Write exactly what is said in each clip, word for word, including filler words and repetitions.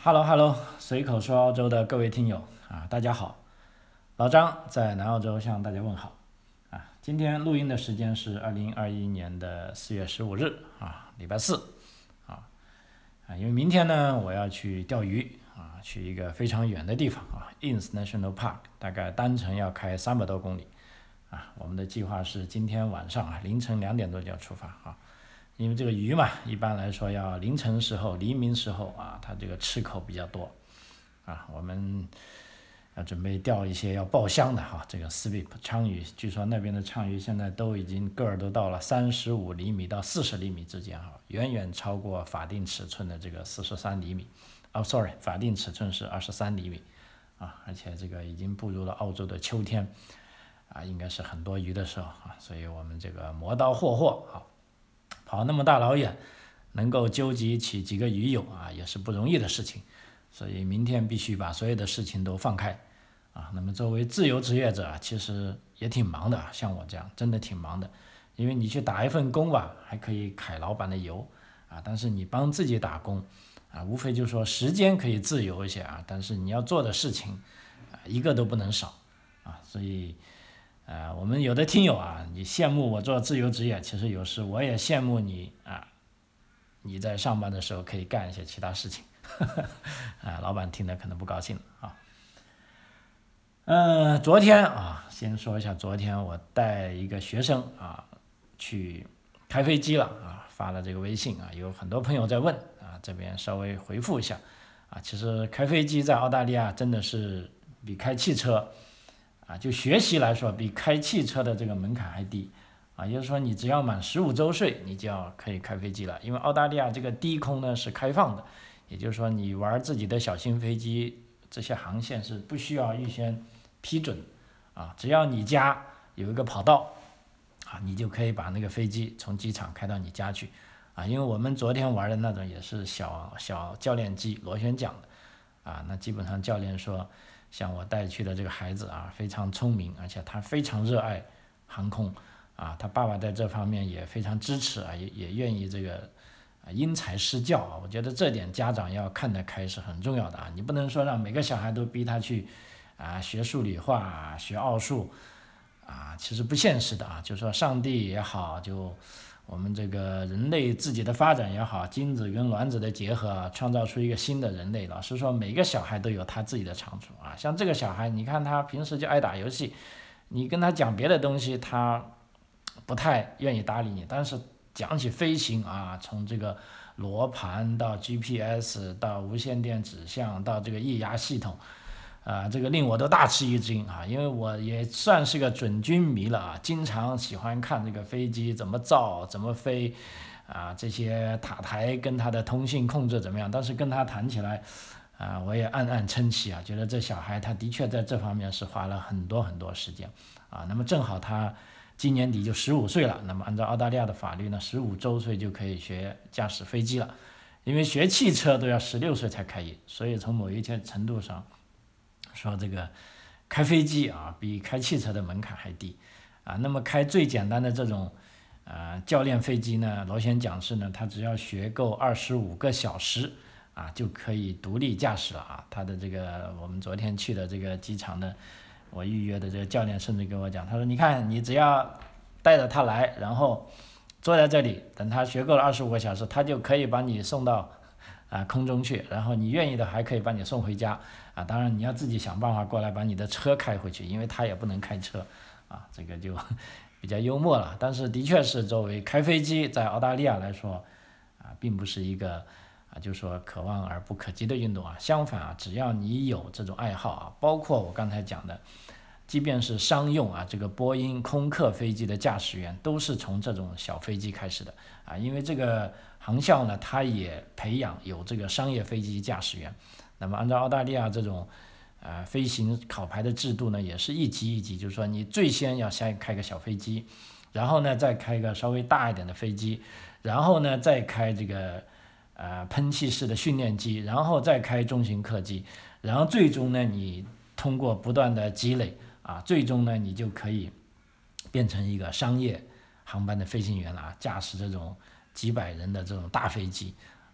Hello Hello，随口说澳洲的各位听友啊，大家好，老张在南澳洲向大家问好啊。今天录音的时间是二零二一年的四月十五日啊，礼拜四啊啊，因为明天呢我要去钓鱼啊，去一个非常远的地方啊，Ince National Park，大概单程要开三百多公里啊。我们的计划是今天晚上啊凌晨两点多就要出发啊。因为这个鱼嘛，一般来说要凌晨时候、黎明时候啊，它这个吃口比较多啊。我们要准备钓一些要爆香的哈，这个 Sweep 鲳鱼，据说那边的鲳鱼现在都已经个儿都到了三十五厘米到四十厘米之间哈，远远超过法定尺寸的这个四十三厘米。哦，sorry，法定尺寸是二十三厘米啊，而且这个已经步入了澳洲的秋天啊，应该是很多鱼的时候啊，所以我们这个磨刀霍霍好。跑那么大老远，能够纠集起几个鱼友啊，也是不容易的事情，所以明天必须把所有的事情都放开啊。那么作为自由职业者啊，其实也挺忙的，像我这样真的挺忙的，因为你去打一份工吧，还可以揩老板的油啊，但是你帮自己打工啊，无非就是说时间可以自由一些啊，但是你要做的事情啊，一个都不能少啊，所以。呃，我们有的听友啊，你羡慕我做自由职业，其实有时我也羡慕你啊，你在上班的时候可以干一些其他事情，啊，老板听了可能不高兴啊。嗯、呃，昨天啊，先说一下，昨天我带一个学生啊去开飞机了啊，发了这个微信啊，有很多朋友在问啊，这边稍微回复一下啊，其实开飞机在澳大利亚真的是比开汽车。啊，就学习来说，比开汽车的这个门槛还低，啊，也就是说你只要满十五周岁，你就要可以开飞机了。因为澳大利亚这个低空呢是开放的，也就是说你玩自己的小型飞机，这些航线是不需要预先批准，啊，只要你家有一个跑道，啊，你就可以把那个飞机从机场开到你家去，啊，因为我们昨天玩的那种也是小小教练机，螺旋桨的，啊，那基本上教练说。像我带去的这个孩子啊，非常聪明，而且他非常热爱航空啊，他爸爸在这方面也非常支持啊，也也愿意这个啊因材施教啊。我觉得这点家长要看得开是很重要的啊，你不能说让每个小孩都逼他去啊学数理化、学奥数啊，其实不现实的啊。就说上帝也好，就我们这个人类自己的发展也好，精子跟卵子的结合，创造出一个新的人类。老实说，每个小孩都有他自己的长处啊。像这个小孩，你看他平时就爱打游戏，你跟他讲别的东西，他不太愿意搭理你。但是讲起飞行啊，从这个罗盘到 G P S 到无线电指向到这个液压系统。啊，这个令我都大吃一惊啊，因为我也算是个准军迷了啊，经常喜欢看这个飞机怎么造、怎么飞，啊，这些塔台跟它的通信控制怎么样，但是跟他谈起来，啊，我也暗暗称奇啊，觉得这小孩他的确在这方面是花了很多很多时间，啊，那么正好他今年底就十五岁了，那么按照澳大利亚的法律呢，十五周岁就可以学驾驶飞机了，因为学汽车都要十六岁才开业，所以从某一些程度上。说这个开飞机啊，比开汽车的门槛还低啊。那么开最简单的这种呃教练飞机呢，螺旋桨式呢，它只要学够二十五个小时啊，就可以独立驾驶了啊。它的这个我们昨天去的这个机场的，我预约的这个教练甚至跟我讲，他说你看你只要带着他来，然后坐在这里，等他学够了二十五个小时，他就可以把你送到。啊，空中去，然后你愿意的还可以把你送回家啊，当然你要自己想办法过来把你的车开回去，因为他也不能开车啊，这个就比较幽默了。但是的确是作为开飞机在澳大利亚来说啊，并不是一个啊，就说可望而不可及的运动啊。相反啊，只要你有这种爱好啊，包括我刚才讲的，即便是商用啊，这个波音空客飞机的驾驶员都是从这种小飞机开始的啊，因为这个。航校呢，它也培养有这个商业飞机驾驶员。那么按照澳大利亚这种呃飞行考牌的制度呢，也是一级一级，就是说你最先要先开个小飞机，然后呢再开个稍微大一点的飞机，然后呢再开这个呃喷气式的训练机，然后再开中型客机，然后最终呢你通过不断的积累啊，最终呢你就可以变成一个商业航班的飞行员了啊，驾驶这种。几百人的这种大飞机啊，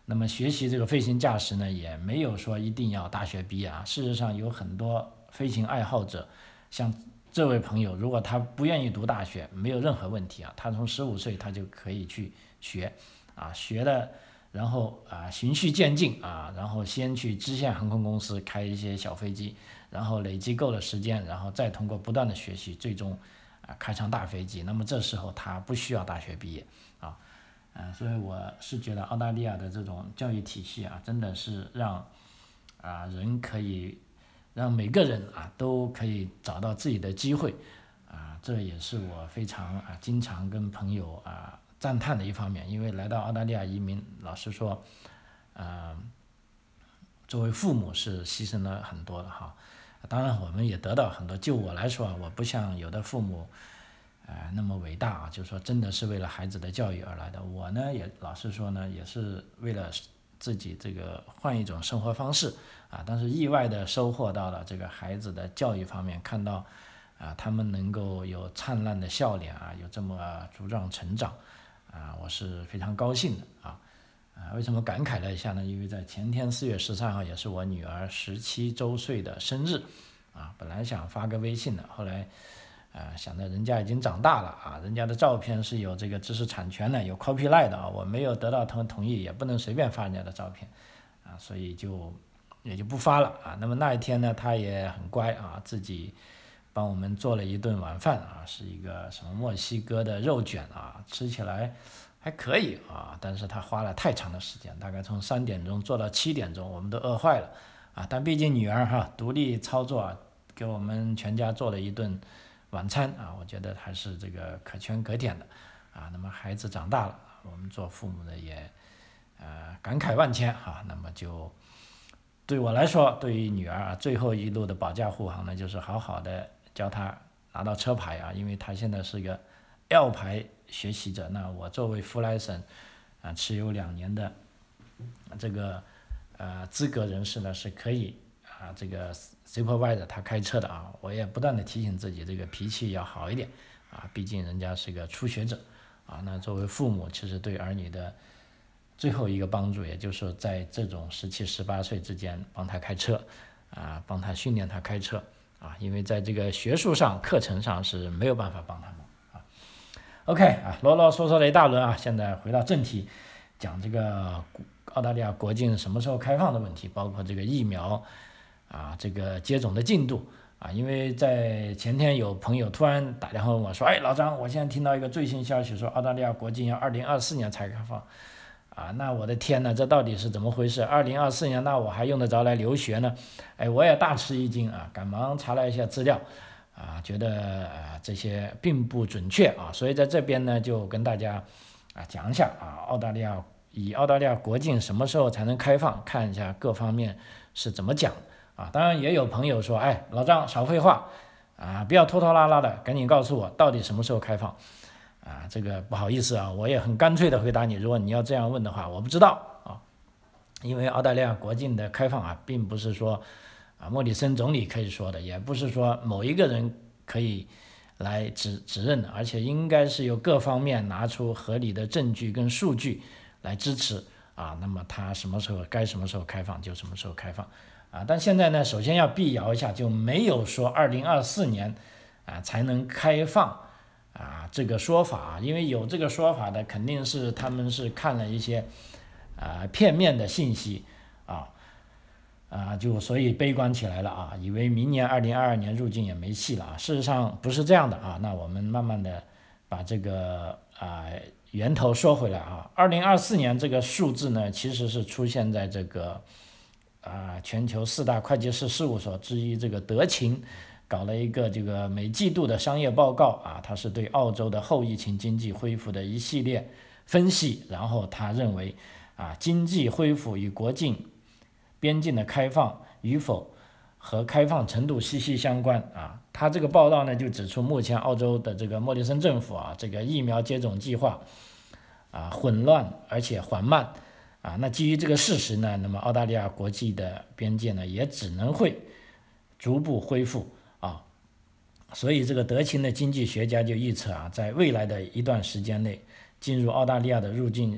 那么学习这个飞行驾驶呢，也没有说一定要大学毕业啊。事实上有很多飞行爱好者，像这位朋友，如果他不愿意读大学，没有任何问题啊，他从十五岁他就可以去学啊，学的，然后啊循序渐进啊，然后先去支线航空公司开一些小飞机，然后累积够了时间，然后再通过不断的学习，最终啊开上大飞机。那么这时候他不需要大学毕业啊。啊，所以我是觉得澳大利亚的这种教育体系啊，真的是让啊人可以让每个人啊都可以找到自己的机会啊，这也是我非常啊经常跟朋友啊赞叹的一方面。因为来到澳大利亚移民，老实说，啊，作为父母是牺牲了很多的哈。当然我们也得到很多。就我来说，我不像有的父母。呃，那么伟大啊，就是说真的是为了孩子的教育而来的。我呢，也老实说呢，也是为了自己这个换一种生活方式啊，但是意外的收获到了这个孩子的教育方面，看到啊他们能够有灿烂的笑脸啊，有这么茁壮成长啊，我是非常高兴的啊。啊，为什么感慨了一下呢？因为在前天四月十三号也是我女儿十七周岁的生日啊，本来想发个微信的，后来。啊，想着人家已经长大了啊，人家的照片是有这个知识产权的，有 copyright 的啊，我没有得到他们同意，也不能随便发人家的照片，啊，所以就也就不发了啊。那么那一天呢，他也很乖啊，自己帮我们做了一顿晚饭啊，是一个什么墨西哥的肉卷啊，吃起来还可以啊，但是他花了太长的时间，大概从三点钟做到七点钟，我们都饿坏了啊。但毕竟女儿哈独立操作啊，给我们全家做了一顿。晚餐啊，我觉得还是这个可圈可点的啊。那么孩子长大了，我们做父母的也呃感慨万千啊。那么就对我来说，对于女儿啊，最后一路的保驾护航呢，就是好好的教她拿到车牌啊，因为她现在是个 L 牌学习者。那我作为 full license 啊，持有两年的这个呃资格人士呢，是可以。啊，这个 supervisor 他开车的啊，我也不断的提醒自己，这个脾气要好一点啊，毕竟人家是个初学者啊。那作为父母，其实对儿女的最后一个帮助，也就是在这种十七、十八岁之间帮他开车啊，帮他训练他开车啊，因为在这个学术上、课程上是没有办法帮他们啊。OK 啊，啰啰嗦嗦了一大轮啊，现在回到正题，讲这个澳大利亚国境什么时候开放的问题，包括这个疫苗。啊，这个接种的进度啊，因为在前天有朋友突然打电话问我说，哎，老张，我现在听到一个最新消息，说澳大利亚国境要二零二四年才开放，啊，那我的天呐，这到底是怎么回事？二零二四年，那我还用得着来留学呢？哎，我也大吃一惊啊，赶忙查了一下资料，啊，觉得啊这些并不准确啊，所以在这边呢就跟大家啊讲一下啊，澳大利亚以澳大利亚国境什么时候才能开放，看一下各方面是怎么讲。啊，当然也有朋友说，哎，老张少废话，啊，不要拖拖拉拉的，赶紧告诉我到底什么时候开放，啊，这个不好意思啊，我也很干脆的回答你，如果你要这样问的话，我不知道啊，因为澳大利亚国境的开放啊，并不是说啊莫里森总理可以说的，也不是说某一个人可以来指指认的，而且应该是由各方面拿出合理的证据跟数据来支持啊，那么它什么时候该什么时候开放就什么时候开放。啊，但现在呢，首先要辟谣一下，就没有说二零二四年啊才能开放啊这个说法，因为有这个说法的肯定是他们是看了一些啊片面的信息啊啊，就所以悲观起来了啊，以为明年二零二二年入境也没戏了啊，事实上不是这样的啊，那我们慢慢的把这个啊源头说回来啊，二零二四年这个数字呢，其实是出现在这个。啊，全球四大会计师事务所之一这个德勤搞了一个这个每季度的商业报告啊，它是对澳洲的后疫情经济恢复的一系列分析，然后他认为啊，经济恢复与国境边境的开放与否和开放程度息息相关啊。他这个报道呢就指出，目前澳洲的这个莫里森政府啊，这个疫苗接种计划啊混乱而且缓慢。啊，那基于这个事实呢，那么澳大利亚国际的边界呢，也只能会逐步恢复啊。所以这个德勤的经济学家就预测啊，在未来的一段时间内，进入澳大利亚的入境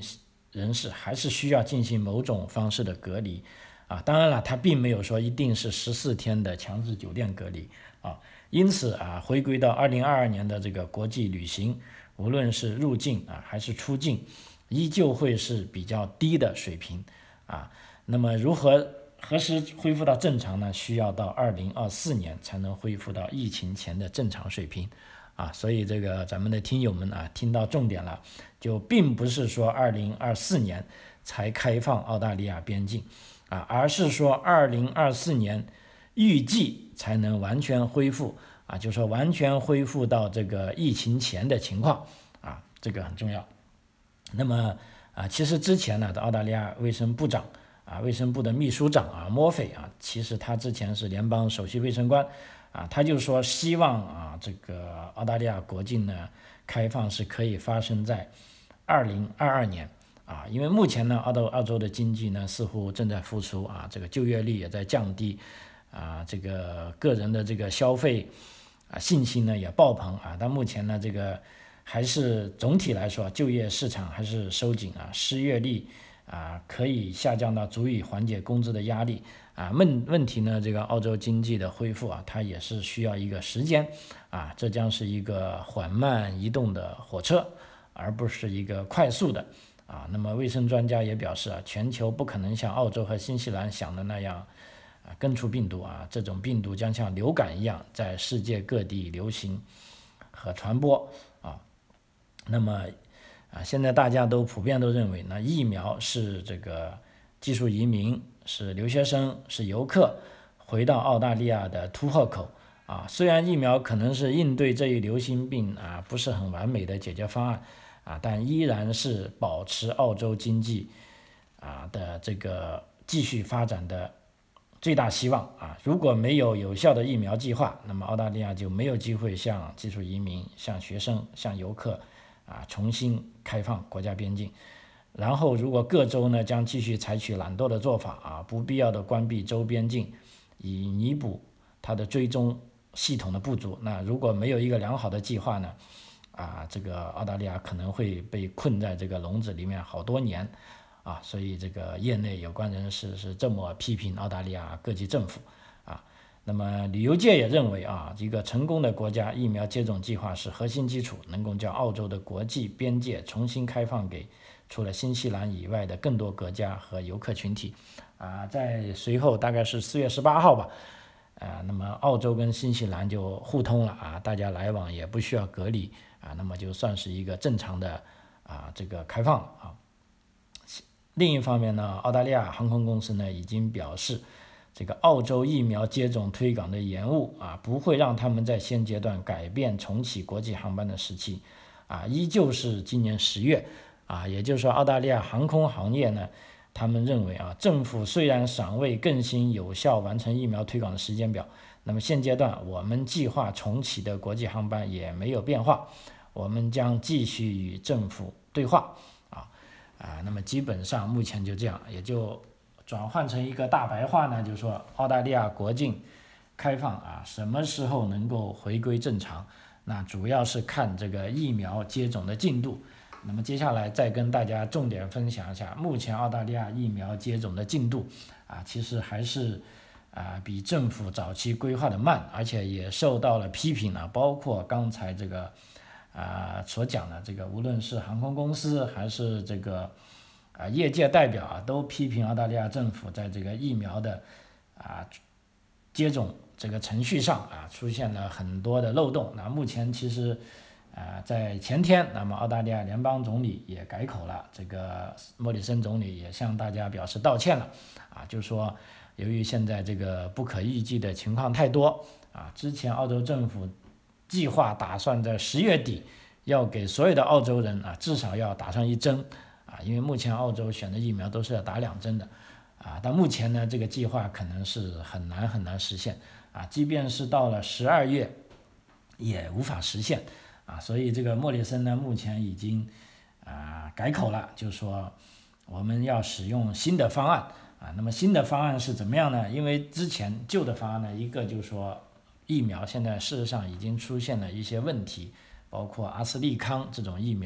人士还是需要进行某种方式的隔离啊。当然了，它并没有说一定是十四天的强制酒店隔离啊。因此啊，回归到二零二二年的这个国际旅行，无论是入境啊还是出境，依旧会是比较低的水平啊。那么如何何时恢复到正常呢？需要到二零二四年才能恢复到疫情前的正常水平啊。所以这个咱们的听友们啊，听到重点了，就并不是说二零二四年才开放澳大利亚边境啊，而是说二零二四年预计才能完全恢复啊，就说完全恢复到这个疫情前的情况啊，这个很重要。那么啊，其实之前呢，的澳大利亚卫生部长啊，卫生部的秘书长啊，墨菲啊，其实他之前是联邦首席卫生官啊，他就说希望啊，这个澳大利亚国境呢开放是可以发生在二零二二年啊，因为目前呢，澳洲澳洲的经济呢似乎正在复苏啊，这个就业率也在降低啊，这个个人的这个消费啊信心呢也爆棚啊，但目前呢这个还是总体来说就业市场还是收紧啊，失业率啊可以下降到足以缓解工资的压力啊。问问题呢，这个澳洲经济的恢复啊，它也是需要一个时间啊，这将是一个缓慢移动的火车，而不是一个快速的啊。那么卫生专家也表示啊，全球不可能像澳洲和新西兰想的那样啊根除病毒啊，这种病毒将像流感一样在世界各地流行和传播啊。那么啊，现在大家都普遍都认为，那疫苗是这个技术移民、是留学生、是游客回到澳大利亚的突破口啊。虽然疫苗可能是应对这一流行病啊不是很完美的解决方案啊，但依然是保持澳洲经济啊的这个继续发展的最大希望啊。如果没有有效的疫苗计划，那么澳大利亚就没有机会向技术移民、向学生、向游客啊重新开放国家边境。然后如果各州呢将继续采取懒惰的做法啊，不必要的关闭州边境，以弥补它的追踪系统的不足。那如果没有一个良好的计划呢，啊，这个澳大利亚可能会被困在这个笼子里面好多年啊。所以这个业内有关人士是这么批评澳大利亚各级政府啊。那么旅游界也认为啊，一个成功的国家疫苗接种计划是核心基础，能够将澳洲的国际边界重新开放给除了新西兰以外的更多国家和游客群体啊。在随后大概是四月十八号吧，啊，那么澳洲跟新西兰就互通了啊，大家来往也不需要隔离啊，那么就算是一个正常的啊这个开放啊。另一方面呢，澳大利亚航空公司呢已经表示，这个澳洲疫苗接种推广的延误啊，不会让他们在现阶段改变重启国际航班的时期啊，依旧是今年十月啊。也就是说，澳大利亚航空行业呢，他们认为啊，政府虽然尚未更新有效完成疫苗推广的时间表，那么现阶段我们计划重启的国际航班也没有变化，我们将继续与政府对话啊啊。那么基本上目前就这样，也就转换成一个大白话呢，就是说澳大利亚国境开放啊，什么时候能够回归正常？那主要是看这个疫苗接种的进度。那么接下来再跟大家重点分享一下，目前澳大利亚疫苗接种的进度啊，其实还是啊比政府早期规划的慢，而且也受到了批评啊，包括刚才这个啊所讲的这个，无论是航空公司还是这个啊业界代表啊，都批评澳大利亚政府在这个疫苗的啊接种这个程序上啊出现了很多的漏洞。那目前其实啊，在前天，那么澳大利亚联邦总理也改口了，这个莫里森总理也向大家表示道歉了，啊，就是说，由于现在这个不可预计的情况太多，啊，之前澳洲政府计划打算在十月底要给所有的澳洲人啊至少要打上一针，啊，因为目前澳洲选的疫苗都是要打两针的，啊，但目前呢这个计划可能是很难很难实现，啊，即便是到了十二月，也无法实现。啊，所以这个莫里森呢，目前已经啊改口了，就是说我们要使用新的方案啊。那么新的方案是怎么样呢？因为之前旧的方案呢，一个就是说疫苗现在事实上已经出现了一些问题，包括阿斯利康这种疫苗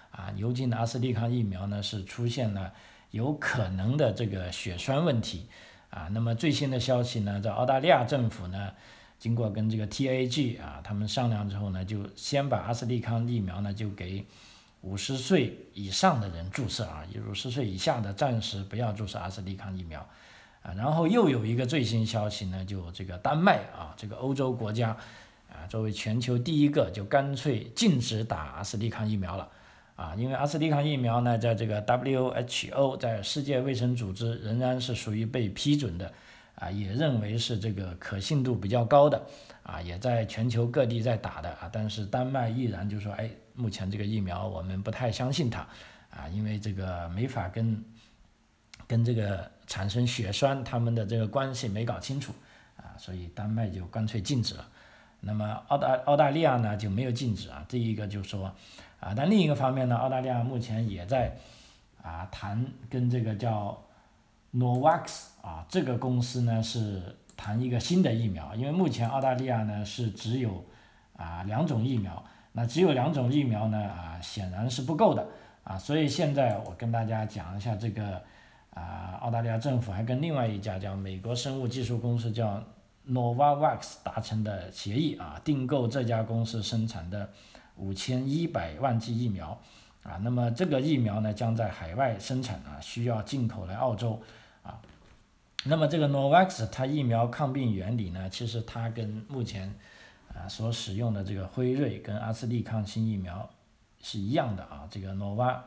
啊，牛津的阿斯利康疫苗呢是出现了有可能的这个血栓问题啊。那么最新的消息呢，在澳大利亚政府呢，经过跟这个 T A G 啊他们商量之后呢，就先把阿斯利康疫苗呢就给五十岁以上的人注射啊，五十岁以下的暂时不要注射阿斯利康疫苗啊。然后又有一个最新消息呢，就这个丹麦啊，这个欧洲国家啊，作为全球第一个就干脆禁止打阿斯利康疫苗了啊，因为阿斯利康疫苗呢，在这个 W H O 在世界卫生组织仍然是属于被批准的啊，也认为是这个可信度比较高的啊，也在全球各地在打的啊，但是丹麦依然就说，哎，目前这个疫苗我们不太相信它啊，因为这个没法跟跟这个产生血栓他们的这个关系没搞清楚啊，所以丹麦就干脆禁止了。那么澳大澳大利亚呢就没有禁止啊，这一个就说啊，但另一个方面呢，澳大利亚目前也在啊谈跟这个叫 Novavax 啊这个公司呢是谈一个新的疫苗，因为目前澳大利亚呢是只有啊两种疫苗，那只有两种疫苗呢啊显然是不够的啊，所以现在我跟大家讲一下这个啊澳大利亚政府还跟另外一家叫美国生物技术公司叫 Novavax 达成的协议啊，订购这家公司生产的五千一百万剂疫苗啊，那么这个疫苗呢将在海外生产啊，需要进口来澳洲啊。那么这个 Novavax 它疫苗抗病原理呢，其实它跟目前啊所使用的这个辉瑞跟阿斯利康新疫苗是一样的啊，这个 Nova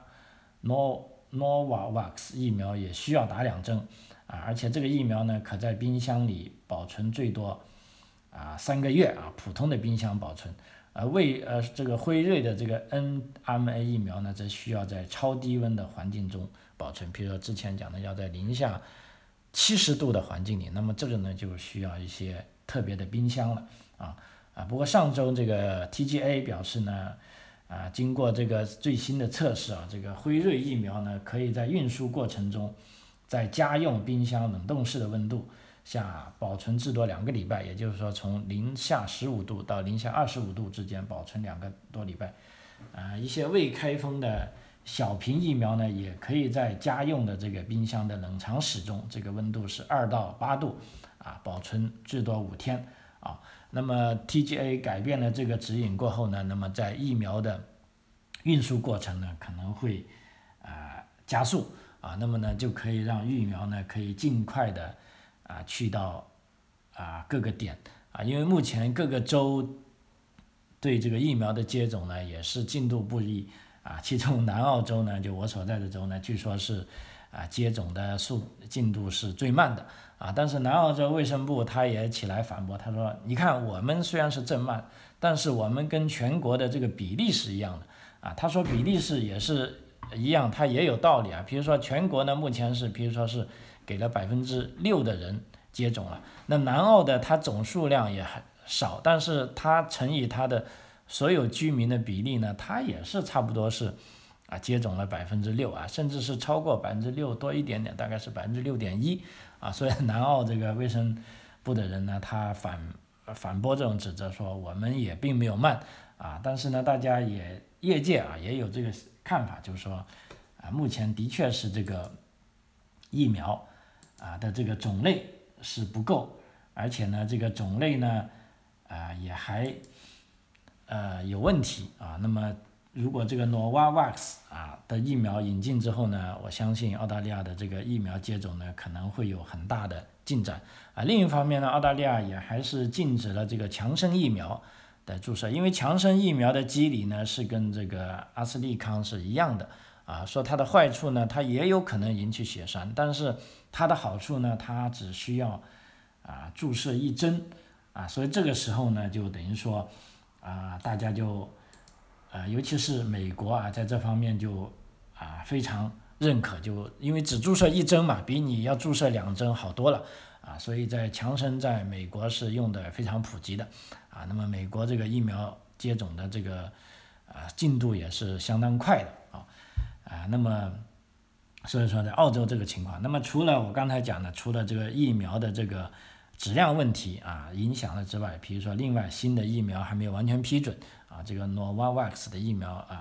Nov Novavax 疫苗也需要打两针啊，而且这个疫苗呢可在冰箱里保存最多啊三个月啊，普通的冰箱保存。呃，为呃这个辉瑞的这个 N M A 疫苗呢，则需要在超低温的环境中保存，比如说之前讲的要在零下七十度的环境里，那么这个呢就需要一些特别的冰箱了啊啊。不过上周这个 T G A 表示呢，啊经过这个最新的测试啊，这个辉瑞疫苗呢可以在运输过程中，在家用冰箱冷冻室的温度下保存至多两个礼拜，也就是说从零下十五度到零下二十五度之间保存两个多礼拜。啊、呃，一些未开封的小瓶疫苗呢，也可以在家用的这个冰箱的冷藏室中，这个温度是二到八度，啊，保存至多五天啊。那么 T G A 改变了这个指引过后呢，那么在疫苗的运输过程呢，可能会啊、呃、加速啊，那么呢就可以让疫苗呢可以尽快的。啊，去到啊各个点啊，因为目前各个州对这个疫苗的接种呢也是进度不一啊，其中南澳洲呢，就我所在的州呢，据说是啊接种的速进度是最慢的啊，但是南澳洲卫生部他也起来反驳，他说，你看我们虽然是正慢，但是我们跟全国的这个比例是一样的啊，他说比例是也是一样，他也有道理啊，比如说全国呢目前是，比如说是。给了百分之六的人接种了，那南澳的它总数量也很少，但是它乘以它的所有居民的比例呢，它也是差不多是啊接种了百分之六啊，甚至是超过百分之六多一点点，大概是百分之六点一啊。所以南澳这个卫生部的人呢，他反反驳这种指责，说我们也并没有慢啊，但是呢，大家也业界啊也有这个看法，就是说啊，目前的确是这个疫苗。啊的这个种类是不够，而且呢，这个种类呢，啊也还呃有问题啊。那么，如果这个 Novavax 啊的疫苗引进之后呢，我相信澳大利亚的这个疫苗接种呢可能会有很大的进展啊。另一方面呢，澳大利亚也还是禁止了这个强生疫苗的注射，因为强生疫苗的机理呢是跟这个阿斯利康是一样的。啊，说它的坏处呢，它也有可能引起血栓，但是它的好处呢，它只需要啊注射一针啊，所以这个时候呢，就等于说啊，大家就呃，尤其是美国啊，在这方面就啊非常认可，就因为只注射一针嘛，比你要注射两针好多了啊，所以在强生在美国是用的非常普及的啊，那么美国这个疫苗接种的这个啊进度也是相当快的啊。啊，那么所以说在澳洲这个情况，那么除了我刚才讲的，除了这个疫苗的这个质量问题啊影响了之外，比如说另外新的疫苗还没有完全批准啊，这个 Novavax 的疫苗啊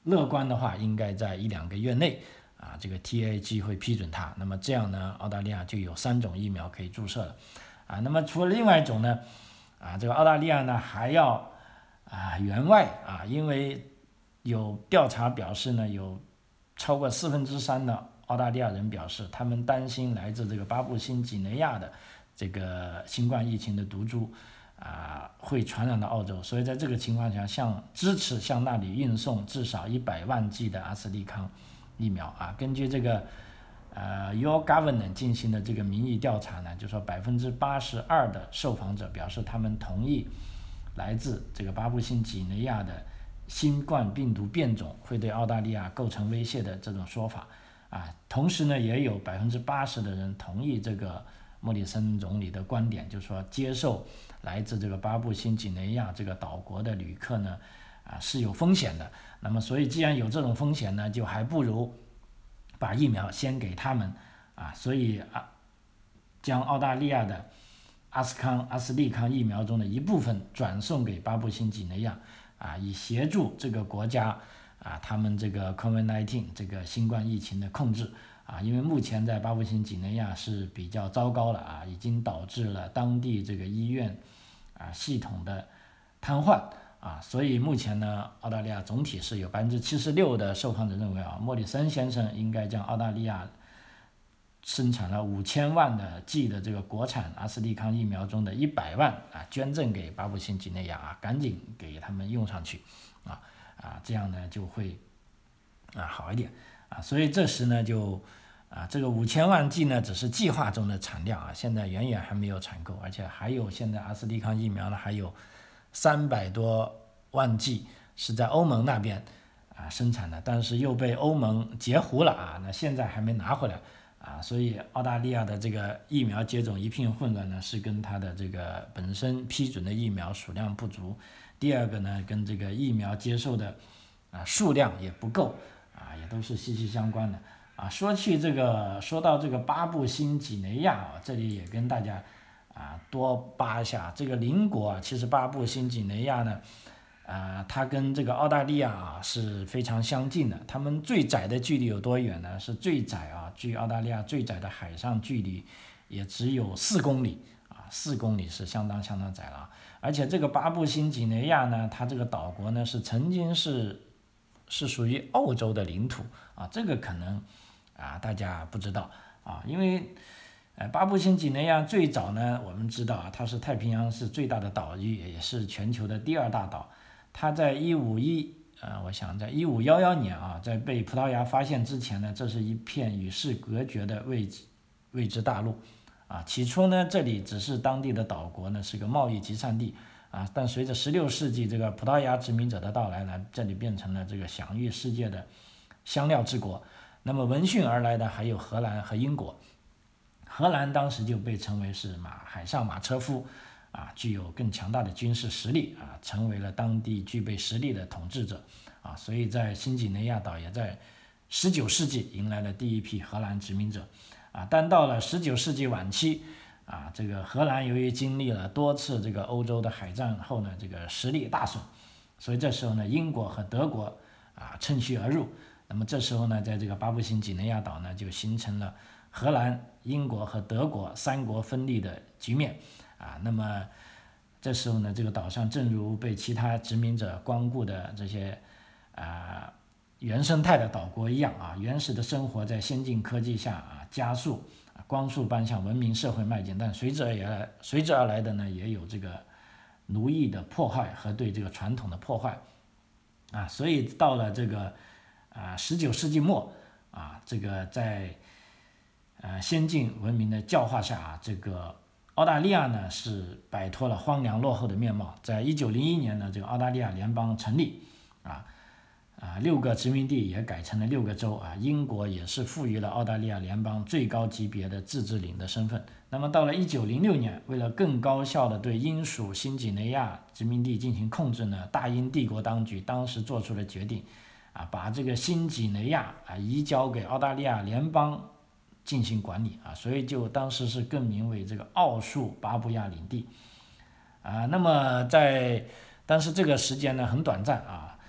乐观的话，应该在一两个月内啊，这个 T A G 会批准它。那么这样呢，澳大利亚就有三种疫苗可以注射了啊。那么除了另外一种呢，啊，这个澳大利亚呢还要啊援外啊，因为有调查表示呢，有超过四分之三的澳大利亚人表示，他们担心来自这个巴布新几内亚的这个新冠疫情的毒株啊会传染到澳洲，所以在这个情况下，向支持向那里运送至少一百万剂的阿斯利康疫苗啊。根据这个呃 Your Government 进行的这个民意调查呢，就说百分之八十二的受访者表示他们同意来自这个巴布新几内亚的新冠病毒变种会对澳大利亚构成威胁的这种说法啊。同时呢，也有百分之八十的人同意这个莫里森总理的观点，就是说接受来自这个巴布新几内亚这个岛国的旅客呢啊是有风险的。那么所以既然有这种风险呢，就还不如把疫苗先给他们啊。所以啊，将澳大利亚的阿斯康阿斯利康疫苗中的一部分转送给巴布新几内亚啊，以协助这个国家啊他们这个 COVID 十九 这个新冠疫情的控制啊。因为目前在巴布新几内亚是比较糟糕了啊，已经导致了当地这个医院啊系统的瘫痪啊。所以目前呢，澳大利亚总体是有百分之七十六的受访者认为啊，莫里森先生应该将澳大利亚生产了五千万的剂的这个国产阿斯利康疫苗中的一百万啊，捐赠给巴布新几内亚啊，赶紧给他们用上去啊啊，这样呢就会啊好一点啊。所以这时呢就啊这个五千万剂呢只是计划中的产量啊，现在远远还没有采购，而且还有现在阿斯利康疫苗呢还有三百多万剂是在欧盟那边啊生产的，但是又被欧盟截胡了啊，那现在还没拿回来。啊，所以澳大利亚的这个疫苗接种一片混乱呢，是跟它的这个本身批准的疫苗数量不足，第二个呢，跟这个疫苗接受的啊数量也不够啊，也都是息息相关的啊。说起这个，说到这个巴布新几内亚啊，这里也跟大家啊多扒一下这个邻国啊，其实巴布新几内亚呢。啊，它跟这个澳大利亚啊是非常相近的。它们最窄的距离有多远呢？是最窄啊，距澳大利亚最窄的海上距离也只有四公里啊，四公里是相当相当窄了。而且这个巴布新几内亚呢，它这个岛国呢是曾经是是属于澳洲的领土啊，这个可能啊大家不知道啊，因为呃巴布新几内亚最早呢，我们知道啊，它是太平洋是最大的岛屿，也是全球的第二大岛。它在一五一呃，我想在一五幺幺年啊，在被葡萄牙发现之前呢，这是一片与世隔绝的未知未知大陆啊。起初呢，这里只是当地的岛国呢，是个贸易集散地啊。但随着十六世纪这个葡萄牙殖民者的到来呢，这里变成了这个享誉世界的香料之国。那么闻讯而来的还有荷兰和英国。荷兰当时就被称为是马海上马车夫。啊，具有更强大的军事实力啊，成为了当地具备实力的统治者啊，所以在新几内亚岛也在十九世纪迎来了第一批荷兰殖民者啊，但到了十九世纪晚期啊，这个荷兰由于经历了多次这个欧洲的海战后呢，这个实力大损，所以这时候呢，英国和德国啊趁虚而入，那么这时候呢，在这个巴布新几内亚岛呢，就形成了荷兰、英国和德国三国分立的局面。啊，那么这时候呢，这个岛上正如被其他殖民者光顾的这些啊原生态的岛国一样啊，原始的生活在先进科技下啊加速啊光速般向文明社会迈进，但随之而来随之而来的呢，也有这个奴役的破坏和对这个传统的破坏啊，所以到了这个啊十九世纪末啊，这个在呃先进文明的教化下啊，这个澳大利亚呢是摆脱了荒凉落后的面貌，在一九零一年呢，这个澳大利亚联邦成立，啊啊六个殖民地也改成了六个州啊，英国也是赋予了澳大利亚联邦最高级别的自治领的身份。那么到了一九零六年，为了更高效的对英属新几内亚殖民地进行控制呢，大英帝国当局当时做出了决定，啊把这个新几内亚啊移交给澳大利亚联邦进行管理啊，所以就当时是更名为这个奥数巴布亚领地啊。那么在但是这个时间呢很短暂啊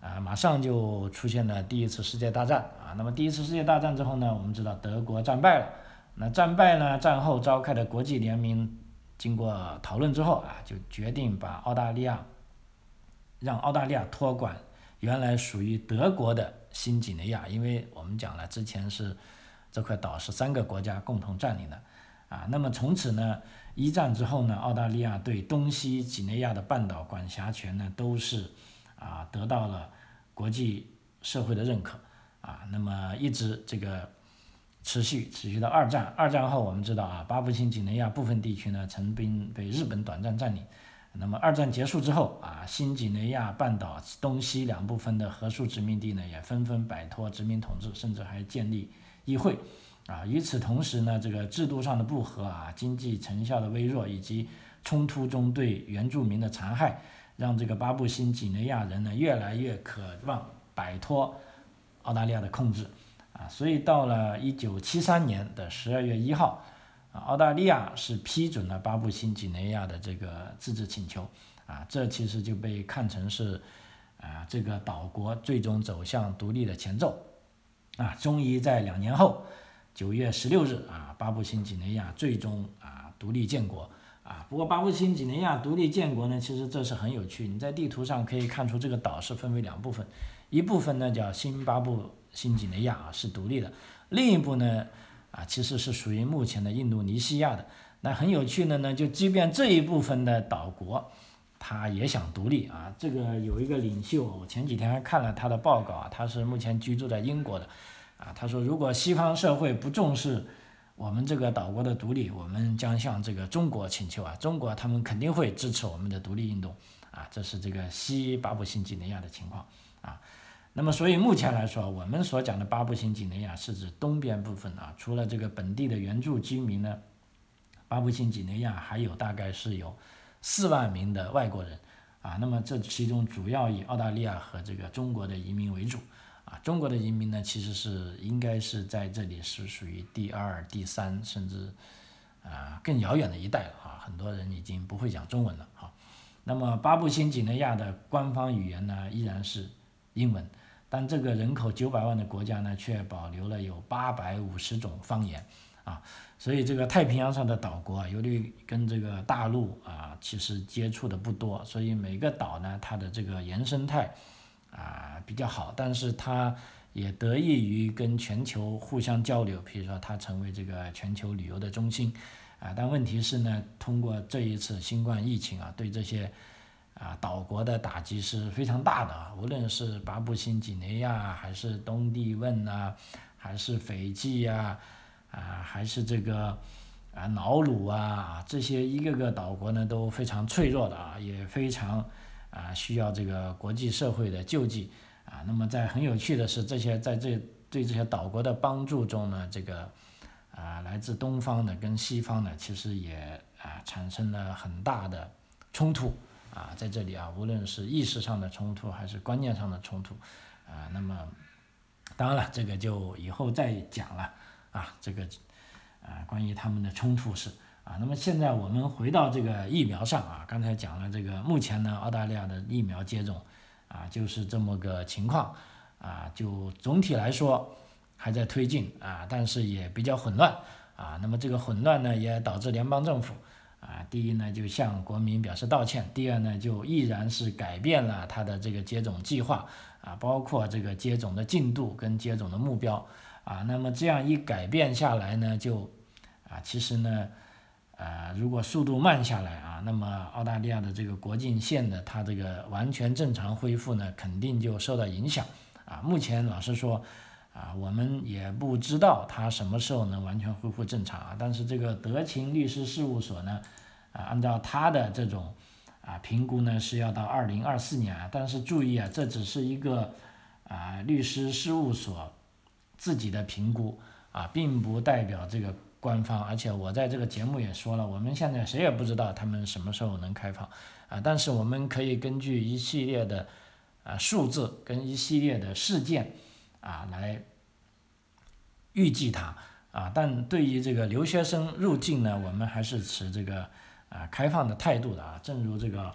啊，马上就出现了第一次世界大战啊。那么第一次世界大战之后呢，我们知道德国战败了。那战败呢，战后召开的国际联盟经过讨论之后啊，就决定把澳大利亚让澳大利亚托管原来属于德国的新几内亚，因为我们讲了之前是这块岛是三个国家共同占领的啊。那么从此呢，一战之后呢，澳大利亚对东西几内亚的半岛管辖权呢都是啊得到了国际社会的认可啊。那么一直这个持续持续到二战，二战后我们知道啊，巴布新几内亚部分地区呢曾经被日本短暂占领。那么二战结束之后啊，新几内亚半岛东西两部分的荷属殖民地呢也纷纷摆脱殖民统治，甚至还建立议会啊。与此同时呢，这个制度上的不合啊，经济成效的微弱，以及冲突中对原住民的残害，让这个巴布新几内亚人呢越来越渴望摆脱澳大利亚的控制啊。所以到了一九七三年的十二月一号。澳大利亚是批准了巴布新几内亚的这个自治请求啊，这其实就被看成是啊这个岛国最终走向独立的前奏啊。终于在两年后，九月十六日啊，巴布新几内亚最终啊独立建国啊。不过巴布新几内亚独立建国呢，其实这是很有趣，你在地图上可以看出这个岛是分为两部分，一部分呢叫新巴布新几内亚啊是独立的，另一部呢。啊，其实是属于目前的印度尼西亚的。那很有趣的呢，就即便这一部分的岛国，他也想独立啊。这个有一个领袖，我前几天还看了他的报告啊，他是目前居住在英国的，啊，他说如果西方社会不重视我们这个岛国的独立，我们将向这个中国请求啊，中国他们肯定会支持我们的独立运动啊。这是这个西巴布新几内亚的情况啊。那么，所以目前来说，我们所讲的巴布新几内亚是指东边部分啊，除了这个本地的原住居民呢，巴布新几内亚还有大概是有四万名的外国人啊。那么这其中主要以澳大利亚和这个中国的移民为主啊。中国的移民呢，其实是应该是在这里是属于第二、第三，甚至啊更遥远的一代了啊。很多人已经不会讲中文了啊。那么巴布新几内亚的官方语言呢，依然是英文。但这个人口九百万的国家呢，却保留了有八百五十种方言啊，所以这个太平洋上的岛国啊，由于跟这个大陆啊其实接触的不多，所以每个岛呢，它的这个原生态啊比较好，但是它也得益于跟全球互相交流，比如说它成为这个全球旅游的中心啊。但问题是呢，通过这一次新冠疫情啊，对这些啊，岛国的打击是非常大的啊，无论是巴布新几内亚，还是东帝汶啊，还是斐济啊，啊，还是这个啊瑙鲁啊，这些一个个岛国呢都非常脆弱的啊，也非常啊需要这个国际社会的救济啊。那么在很有趣的是，这些在这对这些岛国的帮助中呢，这个啊来自东方的跟西方的其实也啊产生了很大的冲突。啊，在这里啊，无论是意识上的冲突还是观念上的冲突，啊，那么当然了，这个就以后再讲了啊，这个啊关于他们的冲突史啊。那么现在我们回到这个疫苗上啊，刚才讲了这个目前呢，澳大利亚的疫苗接种啊就是这么个情况啊，就总体来说还在推进啊，但是也比较混乱啊。那么这个混乱呢，也导致联邦政府。啊，第一呢，就向国民表示道歉；第二呢，就依然是改变了他的这个接种计划啊，包括这个接种的进度跟接种的目标啊。那么这样一改变下来呢，就啊，其实呢，呃，如果速度慢下来啊，那么澳大利亚的这个国境线的它这个完全正常恢复呢，肯定就受到影响啊。目前老实说啊，我们也不知道它什么时候能完全恢复正常啊。但是这个德勤律师事务所呢，啊，按照他的这种啊评估呢，是要到二零二四年啊。但是注意啊，这只是一个啊律师事务所自己的评估啊，并不代表这个官方。而且我在这个节目也说了，我们现在谁也不知道他们什么时候能开放啊。但是我们可以根据一系列的啊数字跟一系列的事件。啊，来预计它啊，但对于这个留学生入境呢，我们还是持这个啊开放的态度的啊。正如这个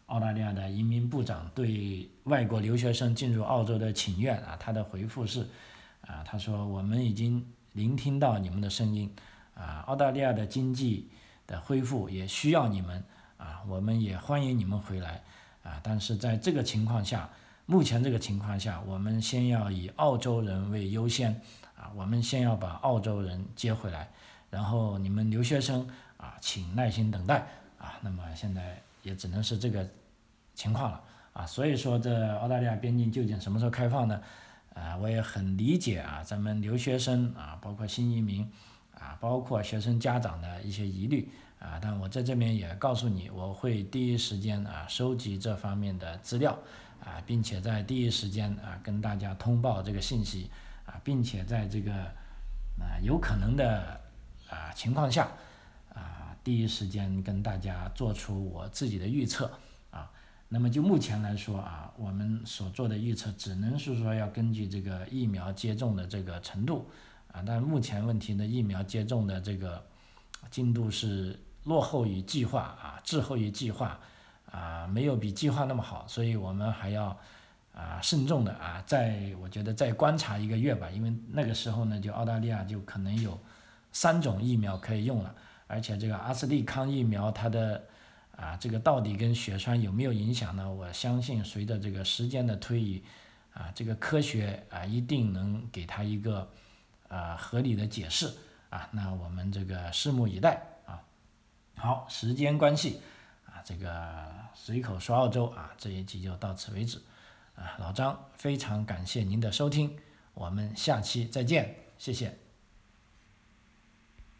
澳大利亚的移民部长对外国留学生进入澳洲的请愿啊，他的回复是啊，他说我们已经聆听到你们的声音啊，澳大利亚的经济的恢复也需要你们啊，我们也欢迎你们回来啊，但是在这个情况下，目前这个情况下，我们先要以澳洲人为优先啊，我们先要把澳洲人接回来，然后你们留学生啊，请耐心等待啊，那么现在也只能是这个情况了啊，所以说这澳大利亚边境究竟什么时候开放呢？啊，我也很理解啊，咱们留学生啊，包括新移民啊，包括学生家长的一些疑虑啊，但我在这边也告诉你，我会第一时间啊收集这方面的资料啊，并且在第一时间啊跟大家通报这个信息啊，并且在这个啊有可能的啊情况下啊第一时间跟大家做出我自己的预测啊。那么就目前来说啊，我们所做的预测只能是说要根据这个疫苗接种的这个程度啊，但目前问题呢，疫苗接种的这个进度是落后于计划啊，滞后于计划啊，没有比计划那么好，所以我们还要啊慎重的啊，再我觉得再观察一个月吧，因为那个时候呢，就澳大利亚就可能有三种疫苗可以用了，而且这个阿斯利康疫苗它的啊，这个到底跟血栓有没有影响呢？我相信随着这个时间的推移，啊，这个科学啊一定能给它一个啊合理的解释啊。那我们这个拭目以待啊。好，时间关系啊，这个随口说澳洲啊这一集就到此为止啊。老张非常感谢您的收听，我们下期再见，谢谢。